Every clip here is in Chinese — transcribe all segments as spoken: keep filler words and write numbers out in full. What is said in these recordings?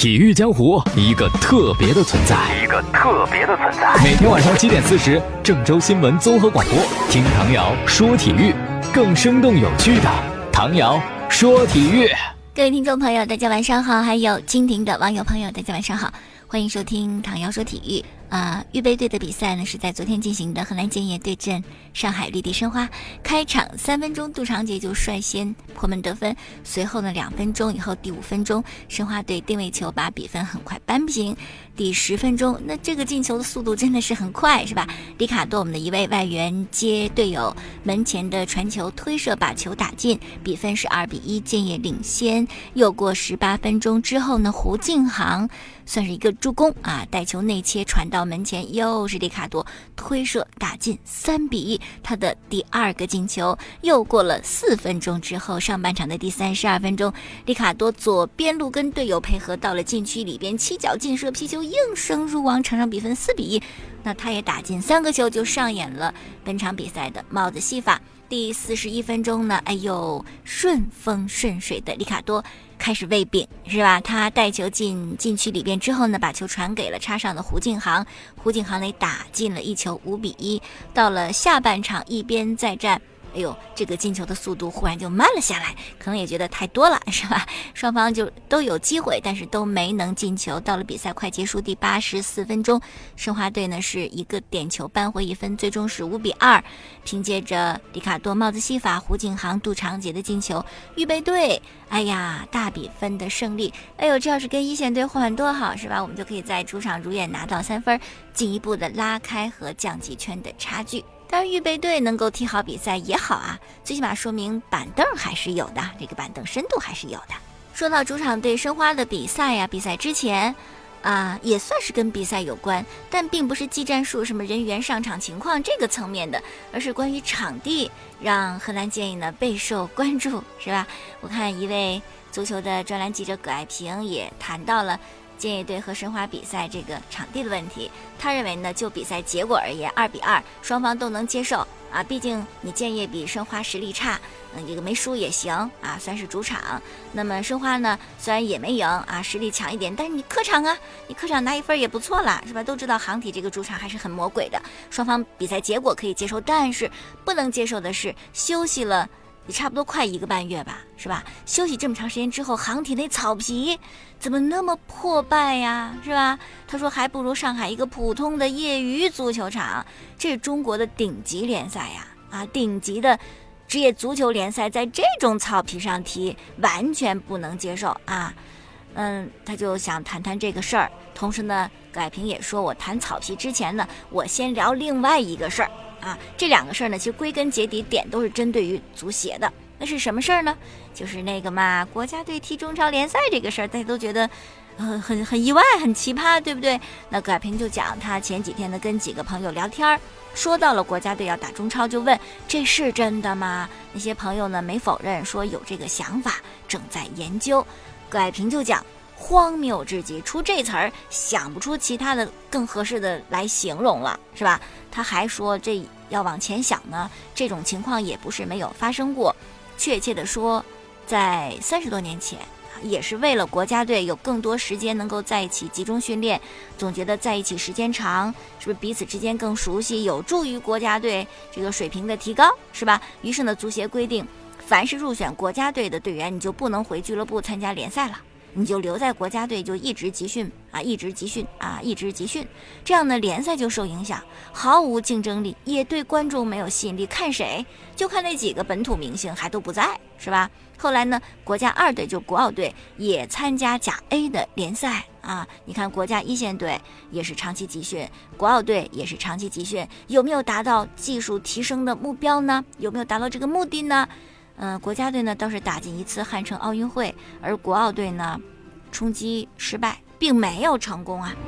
体育江湖，一个特别的存在， 一个特别的存在。 每天晚上七点四十，郑州新闻综合广播，听唐瑶说体育，更生动有趣的唐瑶说体育。 各位听众朋友，大家晚上好，还有蜻蜓的网友朋友，大家晚上好，欢迎收听唐瑶说体育。啊，预备队的比赛呢是在昨天进行的，河南建业对阵上海绿地申花。开场三分钟，杜长杰就率先破门得分，随后呢两分钟以后，第五分钟申花队定位球把比分很快扳平。第十分钟，那这个进球的速度真的是很快，是吧？里卡多我们的一位外援接队友门前的传球推射把球打进，比分是二比一，建业领先。又过十八分钟之后呢，胡敬航算是一个助攻啊，带球内切传到门前，又是里卡多推射打进，三比一，他的第二个进球。又过了四分钟之后，上半场的第三十二分钟，里卡多左边路跟队友配合到了禁区里边，起脚劲射皮球应声入网，场上比分四比一。那他也打进三个球，就上演了本场比赛的帽子戏法。第四十一分钟呢，哎呦，顺风顺水的里卡多开始喂饼，是吧？他带球进禁区里边之后呢，把球传给了插上的胡敬航，胡敬航呢打进了一球，五比一。到了下半场，一边再战，哎呦，这个进球的速度忽然就慢了下来，可能也觉得太多了，是吧？双方就都有机会，但是都没能进球。到了比赛快结束第八十四分钟，申花队呢是一个点球扳回一分，最终是五比二。凭借着里卡多帽子戏法、胡敬航、杜长杰的进球，预备队哎呀大比分的胜利。哎呦，这要是跟一线队换多好，是吧？我们就可以在主场如愿拿到三分，进一步的拉开和降级圈的差距。当然预备队能够踢好比赛也好啊，最起码说明板凳还是有的，这个板凳深度还是有的。说到主场对申花的比赛呀、啊，比赛之前啊，也算是跟比赛有关，但并不是技战术什么人员上场情况这个层面的，而是关于场地，让河南建业呢备受关注，是吧？我看一位足球的专栏记者葛爱平也谈到了建业队和申花比赛这个场地的问题。他认为呢，就比赛结果而言，二比二，双方都能接受啊。毕竟你建业比申花实力差，嗯，这个没输也行啊，算是主场。那么申花呢，虽然也没赢啊，实力强一点，但是你客场啊，你客场拿一分也不错啦，是吧？都知道航体这个主场还是很魔鬼的，双方比赛结果可以接受，但是不能接受的是休息了。也差不多快一个半月吧，是吧？休息这么长时间之后，航体那草皮怎么那么破败呀，是吧？他说还不如上海一个普通的业余足球场，这是中国的顶级联赛呀，啊，顶级的职业足球联赛在这种草皮上踢，完全不能接受啊。嗯，他就想谈谈这个事儿，同时呢，葛爱平也说，我谈草皮之前呢，我先聊另外一个事儿。啊，这两个事儿呢，其实归根结底点都是针对于足协的。那是什么事儿呢？就是那个嘛，国家队踢中超联赛这个事儿，大家都觉得，呃，很很意外，很奇葩，对不对？那葛爱平就讲，他前几天呢跟几个朋友聊天，说到了国家队要打中超，就问这是真的吗？那些朋友呢没否认，说有这个想法，正在研究。葛爱平就讲，荒谬至极，除这词儿想不出其他的更合适的来形容了，是吧？他还说这要往前想呢，这种情况也不是没有发生过，确切的说在三十多年前，也是为了国家队有更多时间能够在一起集中训练，总觉得在一起时间长，是不是彼此之间更熟悉，有助于国家队这个水平的提高，是吧？于是呢，足协规定凡是入选国家队的队员，你就不能回俱乐部参加联赛了，你就留在国家队，就一直集训啊，一直集训啊，一直集训，这样呢，联赛就受影响，毫无竞争力，也对观众没有吸引力。看谁？就看那几个本土明星还都不在，是吧？后来呢，国家二队就国奥队也参加甲 A 的联赛啊。你看国家一线队也是长期集训，国奥队也是长期集训，有没有达到技术提升的目标呢？有没有达到这个目的呢？嗯，国家队呢倒是打进一次汉城奥运会，而国奥队呢冲击失败，并没有成功啊。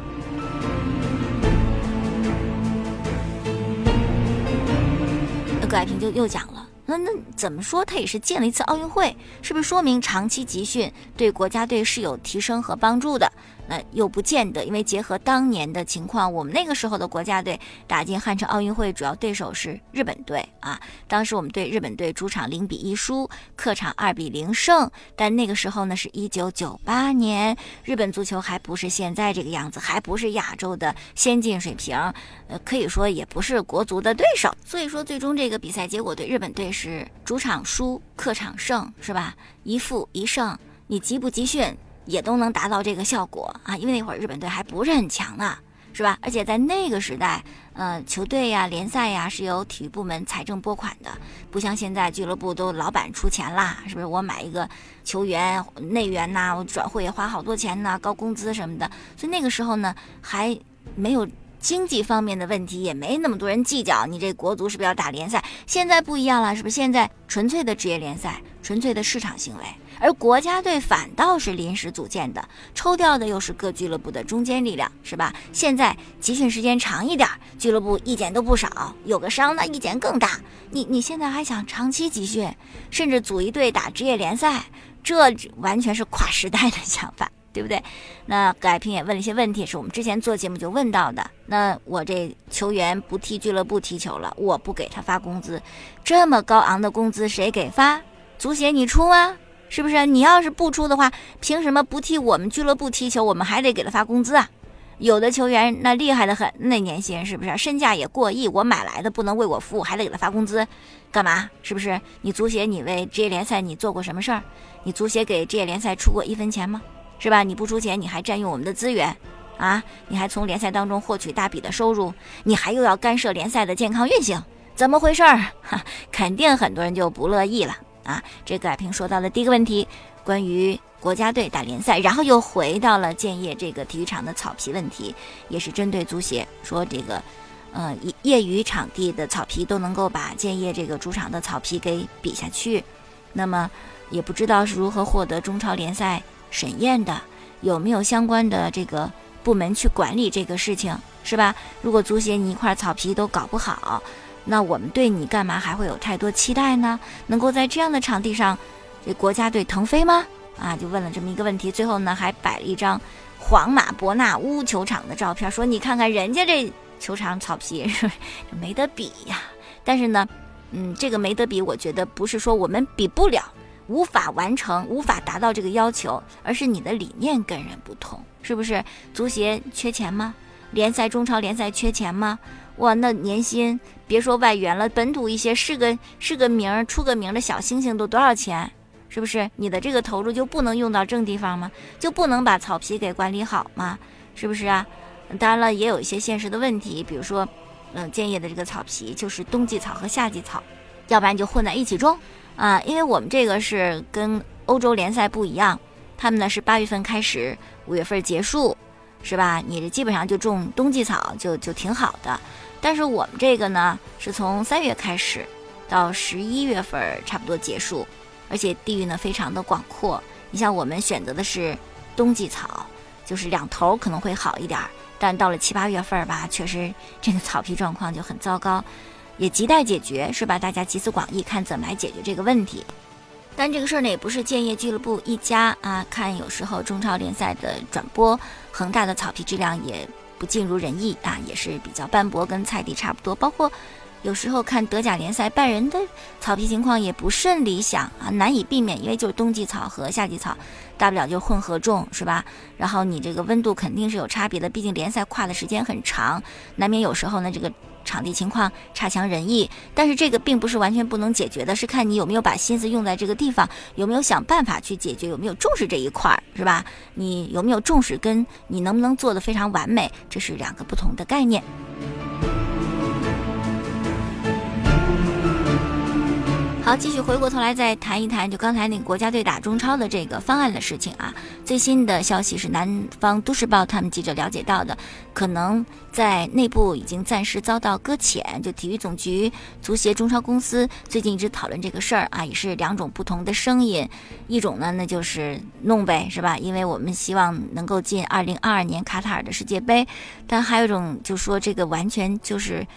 葛爱平就又讲了， 那那怎么说，他也是建了一次奥运会，是不是说明长期集训对国家队是有提升和帮助的？那又不见得，因为结合当年的情况，我们那个时候的国家队打进汉城奥运会，主要对手是日本队啊。当时我们对日本队主场零比一输，客场二比零胜。但那个时候呢，是一九九八年，日本足球还不是现在这个样子，还不是亚洲的先进水平，呃，可以说也不是国足的对手。所以说，最终这个比赛结果对日本队是主场输，客场胜，是吧？一负一胜，你集不集训？也都能达到这个效果啊，因为那会儿日本队还不是很强呢，是吧？而且在那个时代，呃，球队呀、联赛呀是由体育部门财政拨款的，不像现在俱乐部都老板出钱啦，是不是？我买一个球员内援呐、啊，我转会也花好多钱呐、啊，高工资什么的，所以那个时候呢，还没有经济方面的问题，也没那么多人计较你这国足是不是要打联赛。现在不一样了，是不是？现在纯粹的职业联赛，纯粹的市场行为。而国家队反倒是临时组建的，抽调的又是各俱乐部的中坚力量，是吧？现在集训时间长一点，俱乐部意见都不少，有个伤那意见更大。你你现在还想长期集训，甚至组一队打职业联赛，这完全是跨时代的想法，对不对？那葛爱萍也问了一些问题，是我们之前做节目就问到的。那我这球员不替俱乐部踢球了，我不给他发工资，这么高昂的工资谁给发？足协你出吗？是不是？你要是不出的话，凭什么不替我们俱乐部踢球，我们还得给他发工资啊？有的球员那厉害的很，那年薪是不是身价也过亿，我买来的不能为我服务，还得给他发工资，干嘛？是不是？你足协你为职业联赛你做过什么事儿？你足协给职业联赛出过一分钱吗？是吧？你不出钱，你还占用我们的资源啊？你还从联赛当中获取大笔的收入，你还又要干涉联赛的健康运行，怎么回事儿？肯定很多人就不乐意了。啊，这个葛爱萍说到的第一个问题，关于国家队打联赛，然后又回到了建业这个体育场的草皮问题，也是针对足协说这个，呃，业余场地的草皮都能够把建业这个主场的草皮给比下去，那么也不知道是如何获得中超联赛审验的，有没有相关的这个部门去管理这个事情，是吧？如果足协你一块草皮都搞不好，那我们对你干嘛还会有太多期待呢？能够在这样的场地上，这国家队腾飞吗？啊，就问了这么一个问题。最后呢，还摆了一张皇马伯纳乌球场的照片，说你看看人家这球场草皮是没得比呀。但是呢，嗯，这个没得比，我觉得不是说我们比不了，无法完成，无法达到这个要求，而是你的理念跟人不同，是不是？足协缺钱吗？联赛中超联赛缺钱吗？哇，那年薪别说外援了，本土一些是个是个名出个名的小星星都多少钱？是不是？你的这个投入就不能用到正地方吗？就不能把草皮给管理好吗？是不是啊？当然了，也有一些现实的问题，比如说，嗯、呃，建业的这个草皮就是冬季草和夏季草，要不然就混在一起种啊。因为我们这个是跟欧洲联赛不一样，他们呢是八月份开始，五月份结束，是吧？你这基本上就种冬季草就就挺好的。但是我们这个呢，是从三月开始到十一月份差不多结束，而且地域呢非常的广阔。你像我们选择的是冬季草，就是两头可能会好一点，但到了七八月份吧，确实这个草皮状况就很糟糕，也亟待解决，是吧？大家集思广益，看怎么来解决这个问题。但这个事儿呢，也不是建业俱乐部一家啊，看有时候中超联赛的转播，恒大的草皮质量也不尽如人意啊，也是比较斑驳，跟菜地差不多。包括有时候看德甲联赛，拜仁的草皮情况也不甚理想啊，难以避免，因为就是冬季草和夏季草，大不了就混合种，是吧？然后你这个温度肯定是有差别的，毕竟联赛跨的时间很长，难免有时候呢这个场地情况差强人意。但是这个并不是完全不能解决的，是看你有没有把心思用在这个地方，有没有想办法去解决，有没有重视这一块，是吧？你有没有重视，跟你能不能做得非常完美，这是两个不同的概念。好，继续回过头来再谈一谈，就刚才那个国家队打中超的这个方案的事情啊。最新的消息是南方都市报他们记者了解到的，可能在内部已经暂时遭到搁浅，就体育总局、足协、中超公司最近一直讨论这个事儿啊，也是两种不同的声音。一种呢，那就是弄呗，是吧？因为我们希望能够进二零二二年卡塔尔的世界杯，但还有一种就说这个完全就是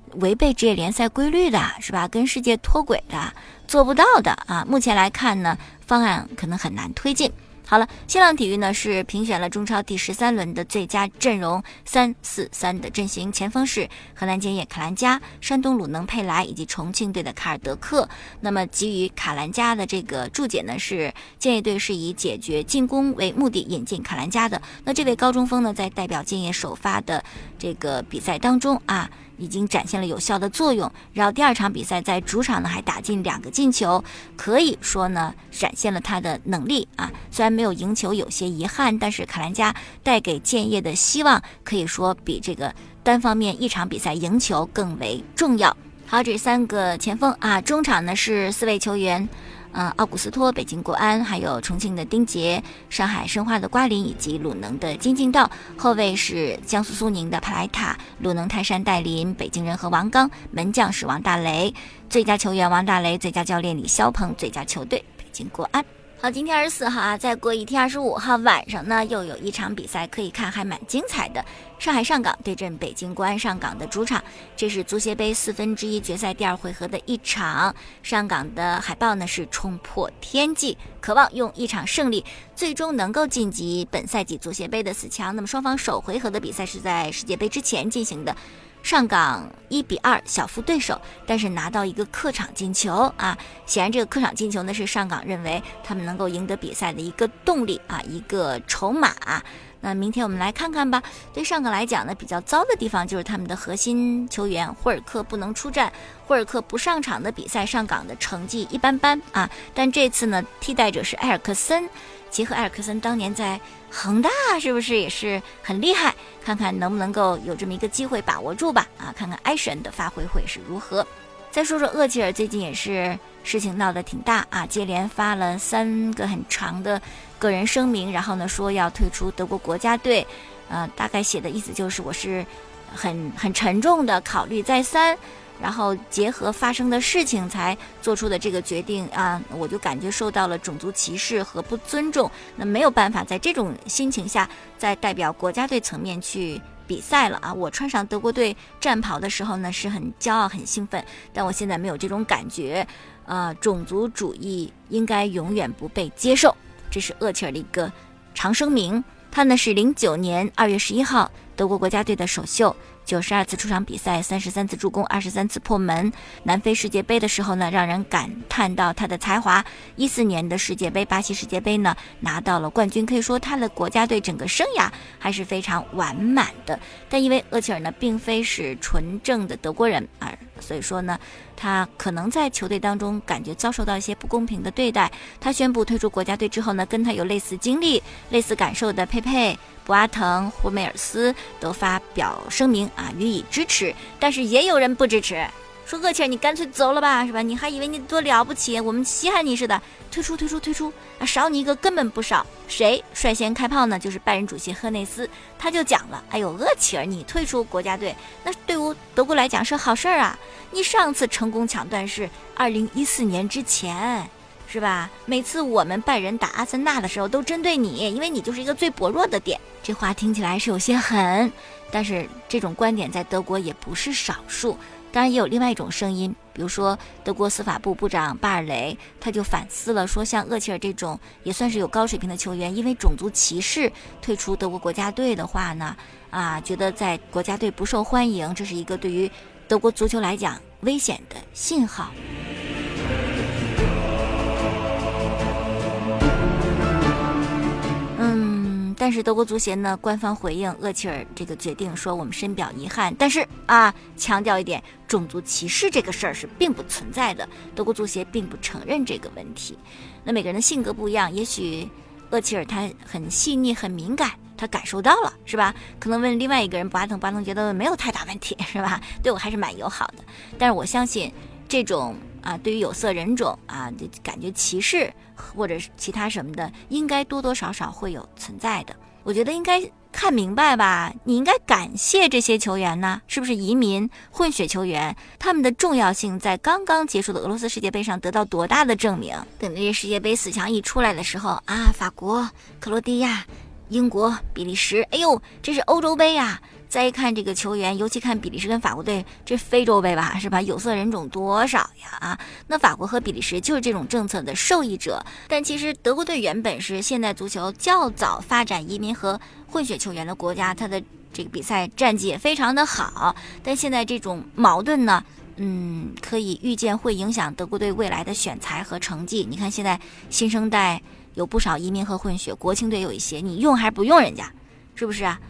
违背职业联赛规律的，是吧？跟世界脱轨的，做不到的啊。目前来看呢，方案可能很难推进。好了，新浪体育呢是评选了中超第十三轮的最佳阵容，三四三的阵型，前锋是河南建业卡兰加、山东鲁能佩莱以及重庆队的卡尔德克。那么给予卡兰加的这个注解呢是，建业队是以解决进攻为目的引进卡兰加的。那这位高中锋呢，在代表建业首发的这个比赛当中啊，已经展现了有效的作用，然后第二场比赛在主场呢还打进两个进球，可以说呢展现了他的能力啊。虽然没有赢球有些遗憾，但是卡兰加带给建业的希望可以说比这个单方面一场比赛赢球更为重要。好，这三个前锋啊，中场呢是四位球员。呃，奥古斯托、北京国安，还有重庆的丁杰、上海申花的瓜林以及鲁能的金敬道。后卫是江苏苏宁的帕莱塔、鲁能泰山戴林、北京人和王刚。门将是王大雷，最佳球员王大雷，最佳教练李霄鹏，最佳球队北京国安。好，今天二十四号啊，再过一天二十五号晚上呢，又有一场比赛可以看，还蛮精彩的。上海上港对阵北京国安上港的主场，这是足协杯四分之一决赛第二回合的一场。上港的海豹呢是冲破天际，渴望用一场胜利最终能够晋级本赛季足协杯的四强。那么双方首回合的比赛是在世界杯之前进行的。上港一比二小负对手，但是拿到一个客场进球啊！显然这个客场进球呢是上港认为他们能够赢得比赛的一个动力啊，一个筹码。那明天我们来看看吧。对上港来讲呢，比较糟的地方就是他们的核心球员霍尔克不能出战，霍尔克不上场的比赛，上港的成绩一般般啊。但这次呢，替代者是埃尔克森。结合埃尔克森当年在恒大是不是也是很厉害，看看能不能够有这么一个机会把握住吧啊，看看埃神的发挥会是如何。再说说厄齐尔，最近也是事情闹得挺大啊，接连发了三个很长的个人声明，然后呢说要退出德国国家队，呃，大概写的意思就是我是很很沉重的考虑再三，然后结合发生的事情才做出的这个决定啊，我就感觉受到了种族歧视和不尊重，那没有办法在这种心情下在代表国家队层面去比赛了啊！我穿上德国队战袍的时候呢是很骄傲很兴奋，但我现在没有这种感觉，呃，种族主义应该永远不被接受，这是厄齐尔的一个长声明。他呢是零九年二月十一号德国国家队的首秀，九十二次出场比赛，三十三次助攻，二十三次破门。南非世界杯的时候呢，让人感叹到他的才华。一四年的世界杯，巴西世界杯呢拿到了冠军，可以说他的国家队整个生涯还是非常完满的。但因为厄齐尔呢并非是纯正的德国人啊，所以说呢，他可能在球队当中感觉遭受到一些不公平的对待。他宣布退出国家队之后呢，跟他有类似经历、类似感受的佩佩、博阿滕、霍梅尔斯都发表声明啊，予以支持。但是也有人不支持，说厄齐尔你干脆走了吧，是吧？你还以为你多了不起，我们稀罕你似的，退出退出退出啊，少你一个根本不少。谁率先开炮呢？就是拜仁主席赫内斯，他就讲了，哎呦，厄齐尔你退出国家队，那对于德国来讲是好事儿啊。你上次成功抢断是二零一四年之前，是吧？每次我们拜仁打阿森纳的时候都针对你，因为你就是一个最薄弱的点。这话听起来是有些狠，但是这种观点在德国也不是少数。当然也有另外一种声音，比如说德国司法部部长巴尔雷，他就反思了，说像厄齐尔这种也算是有高水平的球员，因为种族歧视退出德国国家队的话呢，啊，觉得在国家队不受欢迎，这是一个对于德国足球来讲危险的信号。但是德国足协呢，官方回应厄齐尔这个决定说，我们深表遗憾，但是啊，强调一点，种族歧视这个事儿是并不存在的，德国足协并不承认这个问题。那每个人的性格不一样，也许厄齐尔他很细腻很敏感，他感受到了，是吧？可能问另外一个人巴腾，巴腾觉得没有太大问题，是吧？对我还是蛮友好的。但是我相信这种啊，对于有色人种啊，就感觉歧视或者是其他什么的，应该多多少少会有存在的。我觉得应该看明白吧，你应该感谢这些球员呢，是不是移民混血球员，他们的重要性在刚刚结束的俄罗斯世界杯上得到多大的证明。等这些世界杯四强一出来的时候啊，法国、克罗地亚、英国、比利时，哎呦，这是欧洲杯啊， 再一看这个球员，尤其看比利时跟法国队，这非洲杯吧，是吧？有色人种多少呀？啊，那法国和比利时就是这种政策的受益者。但其实德国队原本是现代足球较早发展移民和混血球员的国家，它的这个比赛战绩也非常的好。但现在这种矛盾呢，嗯，可以预见会影响德国队未来的选材和成绩。你看现在新生代有不少移民和混血，国青队有一些，你用还是不用人家，是不是啊？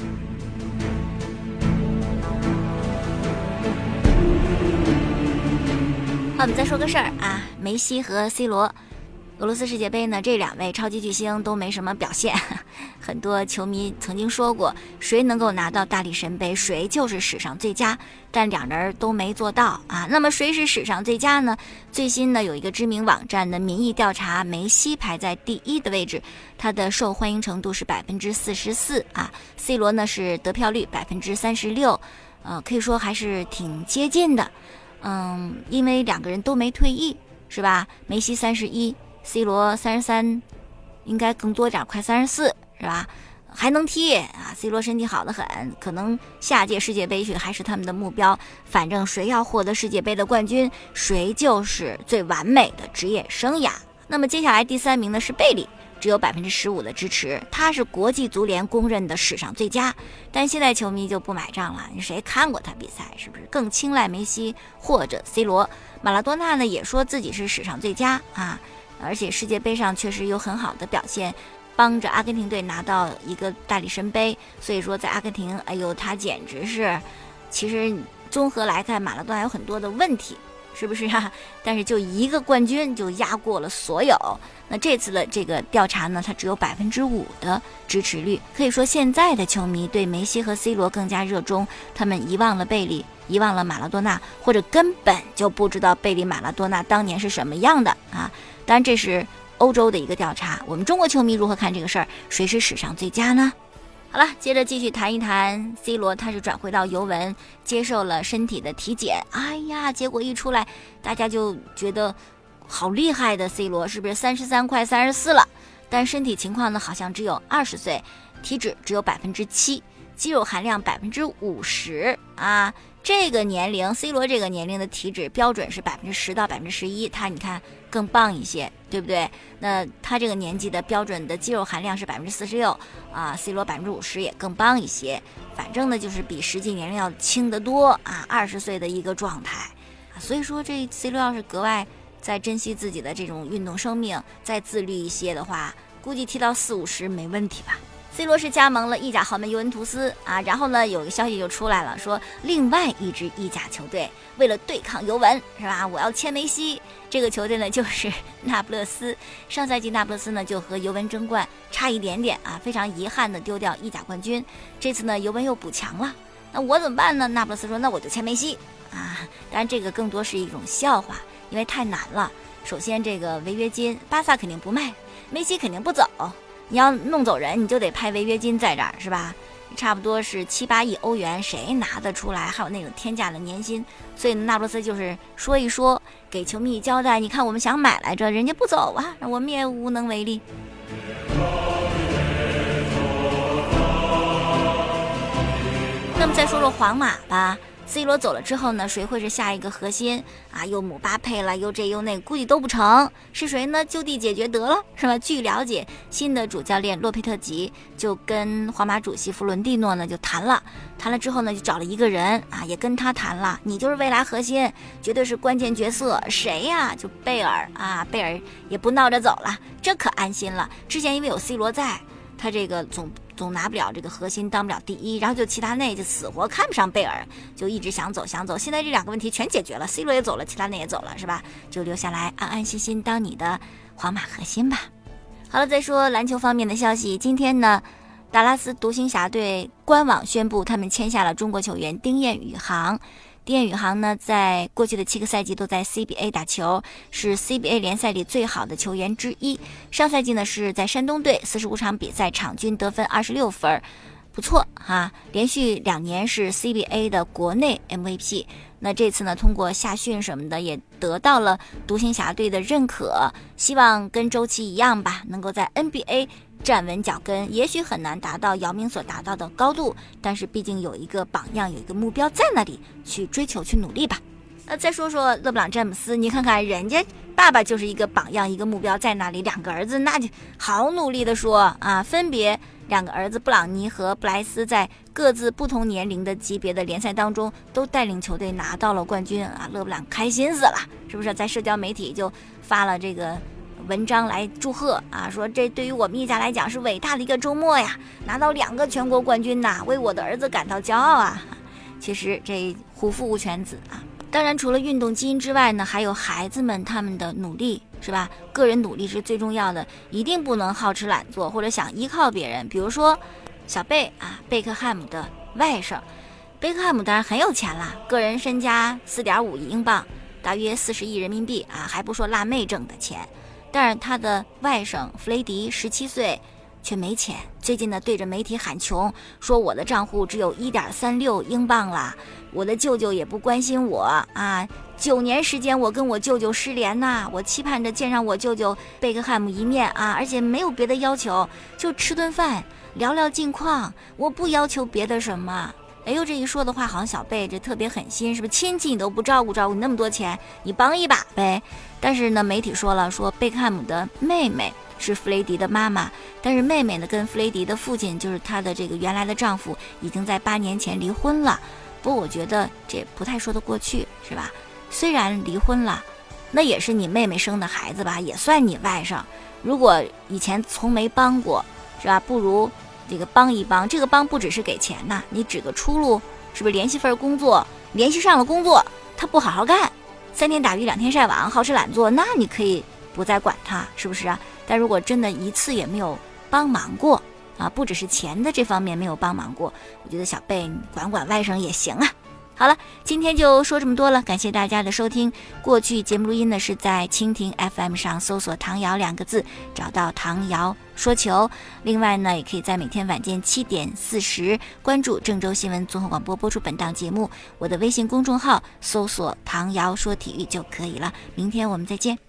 好，我们再说个事儿啊，梅西和 C 罗，俄罗斯世界杯呢，这两位超级巨星都没什么表现。很多球迷曾经说过，谁能够拿到大力神杯，谁就是史上最佳，但两人都没做到啊。那么谁是史上最佳呢？最新呢有一个知名网站的民意调查，梅西排在第一的位置，他的受欢迎程度是百分之四十四啊 ，C 罗呢是得票率百分之三十六，呃，可以说还是挺接近的。嗯，因为两个人都没退役，是吧？梅西三十一 ，C 罗三十三，应该更多点，快三十四，是吧？还能踢啊 ！C 罗身体好得很，可能下届世界杯去还是他们的目标。反正谁要获得世界杯的冠军，谁就是最完美的职业生涯。那么接下来第三名呢是贝利。只有百分之十五的支持，他是国际足联公认的史上最佳，但现在球迷就不买账了。你谁看过他比赛？是不是更青睐梅西或者 C 罗？马拉多纳呢也说自己是史上最佳啊，而且世界杯上确实有很好的表现，帮着阿根廷队拿到一个大力神杯。所以说在阿根廷，哎呦，他简直是，其实综合来看，马拉多纳有很多的问题。是不是啊？但是就一个冠军就压过了所有。那这次的这个调查呢，它只有百分之五的支持率。可以说现在的球迷对梅西和 C 罗更加热衷，他们遗忘了贝利，遗忘了马拉多纳，或者根本就不知道贝利、马拉多纳当年是什么样的啊！当然这是欧洲的一个调查，我们中国球迷如何看这个事儿？谁是史上最佳呢？好了，接着继续谈一谈 C 罗，他是转回到尤文，接受了身体的体检。哎呀，结果一出来，大家就觉得好厉害的 C 罗，是不是三十三快三十四了？但身体情况呢，好像只有二十岁，体脂只有百分之七，肌肉含量百分之五十啊。这个年龄 ，C 罗这个年龄的体脂标准是百分之十到百分之十一，他你看更棒一些，对不对？那他这个年纪的标准的肌肉含量是百分之四十六啊 ，C 罗百分之五十也更棒一些。反正呢，就是比实际年龄要轻得多啊，二十岁的一个状态啊。所以说，这 C 罗要是格外再珍惜自己的这种运动生命，再自律一些的话，估计踢到四五十没问题吧。C 罗是加盟了意甲豪门尤文图斯啊，然后呢，有个消息就出来了，说另外一支意甲球队为了对抗尤文，是吧？我要签梅西。这个球队呢就是那不勒斯。上赛季那不勒斯呢就和尤文争冠，差一点点啊，非常遗憾的丢掉意甲冠军。这次呢尤文又补强了，那我怎么办呢？那不勒斯说那我就签梅西啊。当然这个更多是一种笑话，因为太难了。首先这个违约金，巴萨肯定不卖，梅西肯定不走。你要弄走人，你就得拍违约金在这儿，是吧？差不多是七八亿欧元，谁拿得出来？还有那种天价的年薪，所以那不勒斯就是说一说，给球迷交代。你看我们想买来着，人家不走啊，我们也无能为力。那么再说说皇马吧。C 罗走了之后呢，谁会是下一个核心啊？又姆巴佩了，又这又那，估计都不成。是谁呢？就地解决得了，是吧？据了解，新的主教练洛佩特吉就跟皇马主席弗伦蒂诺呢就谈了，谈了之后呢，就找了一个人啊，也跟他谈了，你就是未来核心，绝对是关键角色。谁呀？就贝尔啊，贝尔也不闹着走了，这可安心了。之前因为有 C 罗在，他这个总总拿不了这个核心，当不了第一，然后就齐达内就死活看不上贝尔，就一直想走想走。现在这两个问题全解决了 ，C 罗也走了，齐达内也走了，是吧？就留下来安安心心当你的皇马核心吧。好了，再说篮球方面的消息，今天呢，达拉斯独行侠队官网宣布他们签下了中国球员丁彦雨航。丁彦雨航呢，在过去的七个赛季都在 C B A 打球，是 C B A 联赛里最好的球员之一。上赛季呢是在山东队四十五场比赛，场均得分二十六分，不错哈，连续两年是 C B A 的国内 M V P。那这次呢，通过夏训什么的也得到了独行侠队的认可，希望跟周琦一样吧，能够在 N B A 站稳脚跟，也许很难达到姚明所达到的高度，但是毕竟有一个榜样，有一个目标在那里，去追求去努力吧。那再说说勒布朗詹姆斯，你看看人家爸爸就是一个榜样，一个目标在那里，两个儿子那就好努力的说啊，分别两个儿子布朗尼和布莱斯在各自不同年龄的级别的联赛当中都带领球队拿到了冠军啊，勒布朗开心死了，是不是？在社交媒体就发了这个文章来祝贺啊，说这对于我们一家来讲是伟大的一个周末呀，拿到两个全国冠军呐，为我的儿子感到骄傲啊。其实这虎父无犬子啊。当然除了运动基因之外呢，还有孩子们他们的努力，是吧？个人努力是最重要的，一定不能好吃懒做或者想依靠别人。比如说小贝啊，贝克汉姆的外甥，贝克汉姆当然很有钱啦，个人身家 四点五亿英镑，大约四十亿人民币啊，还不说辣妹挣的钱。但是他的外甥弗雷迪十七岁却没钱，最近呢对着媒体喊穷，说我的账户只有 一点三六英镑了，我的舅舅也不关心我啊，九年时间我跟我舅舅失联呐，我期盼着见上我舅舅贝克汉姆一面啊，而且没有别的要求，就吃顿饭聊聊近况，我不要求别的什么。哎呦，这一说的话好像小贝这特别狠心，是不是？亲戚你都不照顾照顾，你那么多钱你帮一把呗。但是呢媒体说了，说贝克汉姆的妹妹是弗雷迪的妈妈，但是妹妹呢跟弗雷迪的父亲，就是她的这个原来的丈夫，已经在八年前离婚了。不过我觉得这不太说得过去，是吧？虽然离婚了，那也是你妹妹生的孩子吧，也算你外甥。如果以前从没帮过，是吧？不如这个帮一帮，这个帮不只是给钱呐，你指个出路，是不是？联系份工作，联系上了工作，他不好好干，三天打鱼两天晒网，好吃懒做，那你可以不再管他，是不是啊？但如果真的一次也没有帮忙过啊，不只是钱的这方面没有帮忙过，我觉得小贝管管外甥也行啊。好了，今天就说这么多了，感谢大家的收听。过去节目录音呢是在蜻蜓 F M 上搜索唐瑶两个字，找到唐瑶说球。另外呢，也可以在每天晚间七点四十关注郑州新闻综合广播播出本档节目，我的微信公众号搜索唐瑶说体育就可以了。明天我们再见。